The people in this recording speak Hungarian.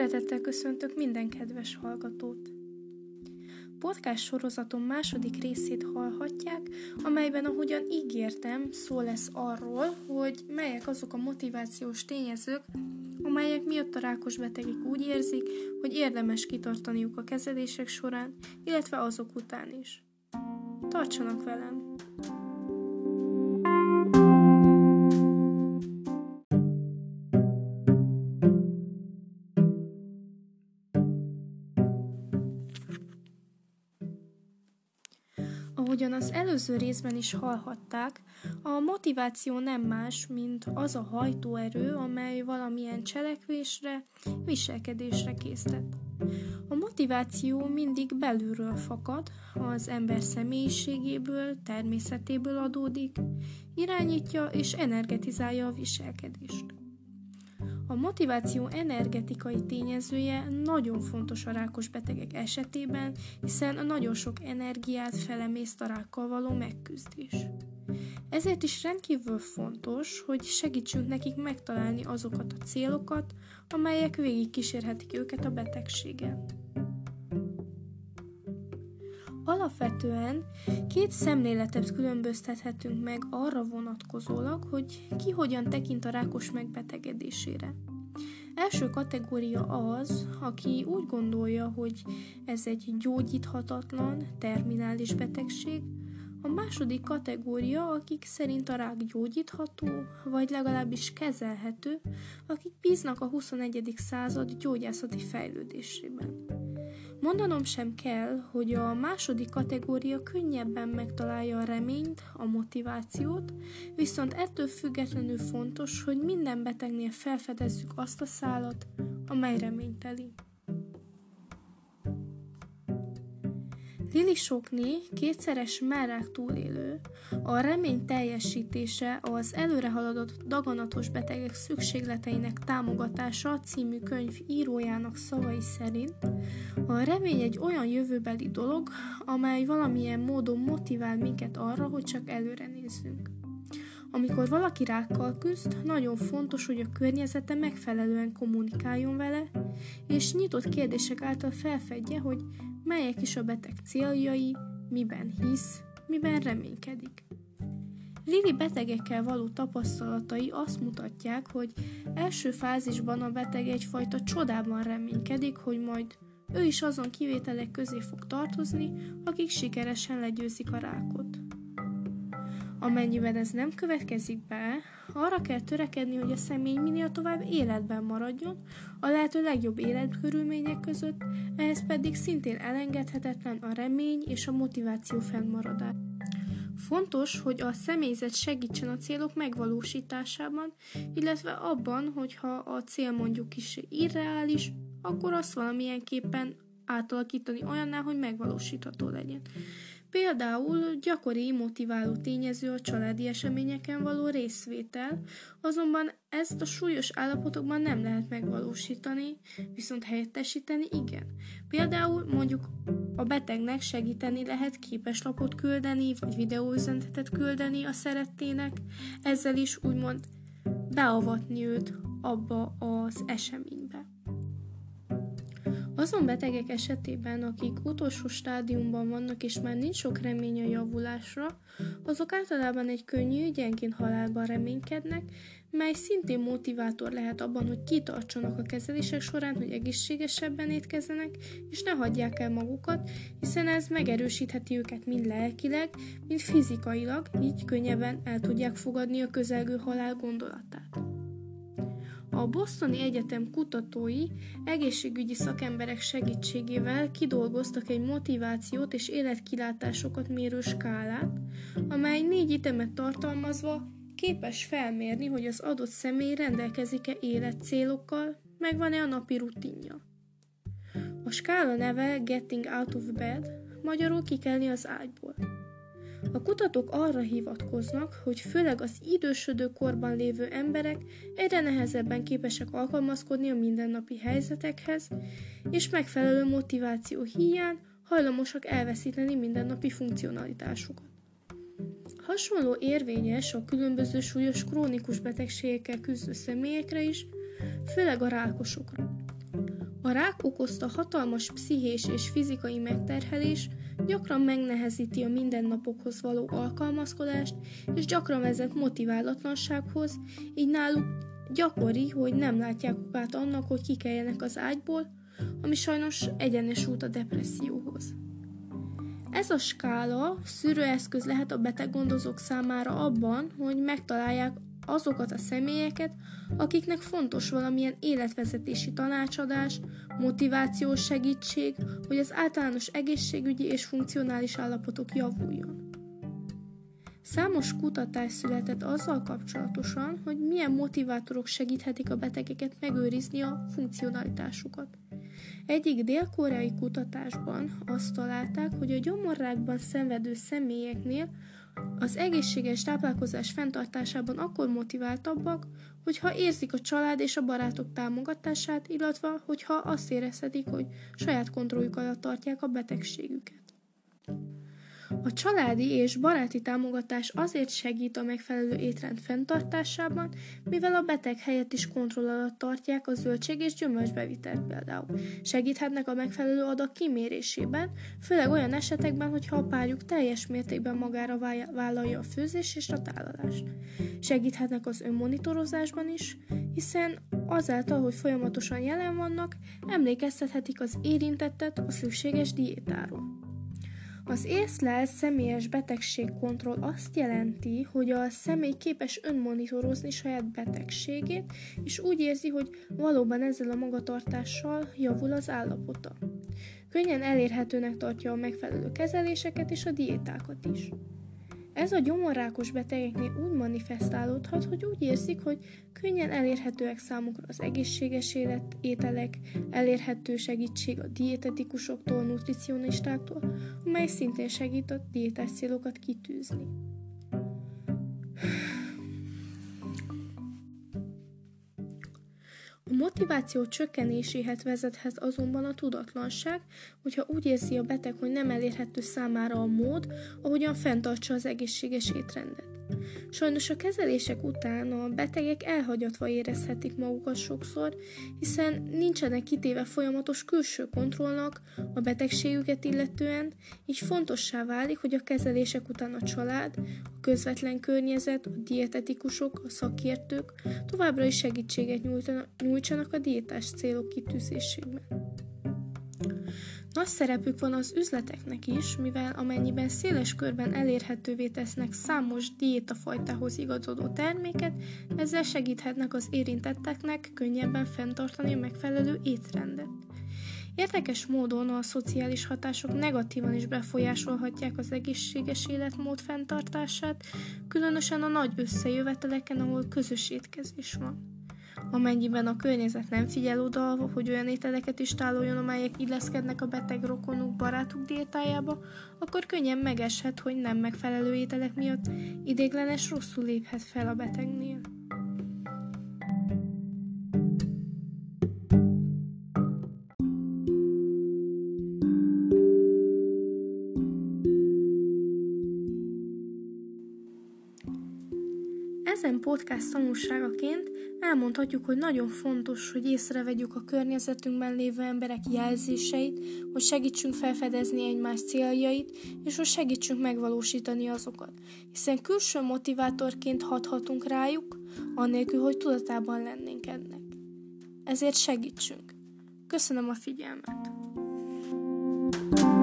Szeretettel köszöntök minden kedves hallgatót! Podcast sorozatom második részét hallhatják, amelyben, ahogyan ígértem, szó lesz arról, hogy melyek azok a motivációs tényezők, amelyek miatt a rákos betegek úgy érzik, hogy érdemes kitartaniuk a kezelések során, illetve azok után is. Tartsanak velem! Ahogyan az előző részben is hallhatták, a motiváció nem más, mint az a hajtóerő, amely valamilyen cselekvésre, viselkedésre késztet. A motiváció mindig belülről fakad, az ember személyiségéből, természetéből adódik, irányítja és energetizálja a viselkedést. A motiváció energetikai tényezője nagyon fontos a rákos betegek esetében, hiszen nagyon sok energiát felemészt a rákkal való megküzdés. Ezért is rendkívül fontos, hogy segítsünk nekik megtalálni azokat a célokat, amelyek végigkísérhetik őket a betegségen. Alapvetően két szemléletet különböztethetünk meg arra vonatkozólag, hogy ki hogyan tekint a rákos megbetegedésére. Első kategória az, aki úgy gondolja, hogy ez egy gyógyíthatatlan, terminális betegség, a második kategória, akik szerint a rák gyógyítható, vagy legalábbis kezelhető, akik bíznak a 21. század gyógyászati fejlődésében. Mondanom sem kell, hogy a második kategória könnyebben megtalálja a reményt, a motivációt, viszont ettől függetlenül fontos, hogy minden betegnél felfedezzük azt a szálat, amely reményteli. Lili Sokni, kétszeres mellrák túlélő, a remény teljesítése az előrehaladott daganatos betegek szükségleteinek támogatása című könyv írójának szavai szerint a remény egy olyan jövőbeli dolog, amely valamilyen módon motivál minket arra, hogy csak előre nézzünk. Amikor valaki rákkal küzd, nagyon fontos, hogy a környezete megfelelően kommunikáljon vele, és nyitott kérdések által felfedje, hogy melyek is a beteg céljai, miben hisz, miben reménykedik. Lili betegekkel való tapasztalatai azt mutatják, hogy első fázisban a beteg egyfajta csodában reménykedik, hogy majd ő is azon kivételek közé fog tartozni, akik sikeresen legyőzik a rákot. Amennyiben ez nem következik be, arra kell törekedni, hogy a személy minél tovább életben maradjon, a lehető legjobb életkörülmények között, ehhez pedig szintén elengedhetetlen a remény és a motiváció fennmaradás. Fontos, hogy a személyzet segítsen a célok megvalósításában, illetve abban, hogyha a cél mondjuk kissé irreális, akkor azt valamilyenképpen átalakítani olyanná, hogy megvalósítható legyen. Például gyakori motiváló tényező a családi eseményeken való részvétel, azonban ezt a súlyos állapotokban nem lehet megvalósítani, viszont helyettesíteni igen. Például mondjuk a betegnek segíteni lehet képeslapot küldeni, vagy videóüzenetet küldeni a szerettének, ezzel is úgymond beavatni őt abba az eseménybe. Azon betegek esetében, akik utolsó stádiumban vannak és már nincs sok remény a javulásra, azok általában egy könnyű, gyengén halálban reménykednek, mely szintén motivátor lehet abban, hogy kitartsanak a kezelések során, hogy egészségesebben étkezzenek, és ne hagyják el magukat, hiszen ez megerősítheti őket mind lelkileg, mind fizikailag, így könnyebben el tudják fogadni a közelgő halál gondolatát. A Bostoni Egyetem kutatói egészségügyi szakemberek segítségével kidolgoztak egy motivációt és életkilátásokat mérő skálát, amely 4 itemet tartalmazva képes felmérni, hogy az adott személy rendelkezik-e életcélokkal, megvan-e a napi rutinja. A skála neve Getting Out of Bed, magyarul kikelni az ágyból. A kutatók arra hivatkoznak, hogy főleg az idősödő korban lévő emberek egyre nehezebben képesek alkalmazkodni a mindennapi helyzetekhez, és megfelelő motiváció hiány hajlamosak elveszíteni mindennapi funkcionalitásukat. Hasonló érvényes a különböző súlyos krónikus betegségekkel küzdő személyekre is, főleg a rákosokra. A rák okozta hatalmas pszichés és fizikai megterhelés gyakran megnehezíti a mindennapokhoz való alkalmazkodást, és gyakran vezet motiválatlansághoz, így náluk gyakori, hogy nem látják okát annak, hogy kikeljenek az ágyból, ami sajnos egyenes út a depresszióhoz. Ez a skála szűrőeszköz lehet a beteggondozók számára abban, hogy megtalálják azokat a személyeket, akiknek fontos valamilyen életvezetési tanácsadás, motivációs segítség, hogy az általános egészségügyi és funkcionális állapotok javuljon. Számos kutatás született azzal kapcsolatosan, hogy milyen motivátorok segíthetik a betegeket megőrizni a funkcionalitásukat. Egyik dél-koreai kutatásban azt találták, hogy a gyomorrákban szenvedő személyeknél az egészséges táplálkozás fenntartásában akkor motiváltabbak, hogyha érzik a család és a barátok támogatását, illetve hogyha azt érezhetik, hogy saját kontrolljuk alatt tartják a betegségüket. A családi és baráti támogatás azért segít a megfelelő étrend fenntartásában, mivel a beteg helyett is kontroll alatt tartják a zöldség és gyümölcsbevitelt például. Segíthetnek a megfelelő adag kimérésében, főleg olyan esetekben, hogyha a párjuk teljes mértékben magára vállalja a főzés és a tálalást. Segíthetnek az önmonitorozásban is, hiszen azáltal, hogy folyamatosan jelen vannak, emlékeztethetik az érintettet a szükséges diétáról. Az észlelt személyes betegségkontroll azt jelenti, hogy a személy képes önmonitorozni saját betegségét, és úgy érzi, hogy valóban ezzel a magatartással javul az állapota. Könnyen elérhetőnek tartja a megfelelő kezeléseket és a diétákat is. Ez a gyomorrákos betegeknél úgy manifestálódhat, hogy úgy érzik, hogy könnyen elérhetőek számukra az egészséges ételek, elérhető segítség a dietetikusoktól, nutricionistáktól, amely szintén segít a diétás célokat kitűzni. A motiváció csökkenéséhez vezethet azonban a tudatlanság, hogyha úgy érzi a beteg, hogy nem elérhető számára a mód, ahogyan fenntartsa az egészséges étrendet. Sajnos a kezelések után a betegek elhagyatva érezhetik magukat sokszor, hiszen nincsenek kitéve folyamatos külső kontrollnak a betegségüket illetően, így fontossá válik, hogy a kezelések után a család, a közvetlen környezet, a dietetikusok, a szakértők továbbra is segítséget nyújtsanak a diétás célok kitűzésében. Nagy szerepük van az üzleteknek is, mivel amennyiben széles körben elérhetővé tesznek számos diétafajtához igazodó terméket, ezzel segíthetnek az érintetteknek könnyebben fenntartani a megfelelő étrendet. Érdekes módon a szociális hatások negatívan is befolyásolhatják az egészséges életmód fenntartását, különösen a nagy összejöveteleken, ahol közös étkezés van. Amennyiben a környezet nem figyel oda, hogy olyan ételeket is táloljon, amelyek illeszkednek a beteg rokonuk, barátuk diétájába, akkor könnyen megeshet, hogy nem megfelelő ételek miatt ideiglenes rosszul léphet fel a betegnél. Ezen podcast tanulságaként elmondhatjuk, hogy nagyon fontos, hogy észrevegyük a környezetünkben lévő emberek jelzéseit, hogy segítsünk felfedezni egymás céljait, és hogy segítsünk megvalósítani azokat, hiszen külső motivátorként hathatunk rájuk, annélkül, hogy tudatában lennénk ennek. Ezért segítsünk. Köszönöm a figyelmet!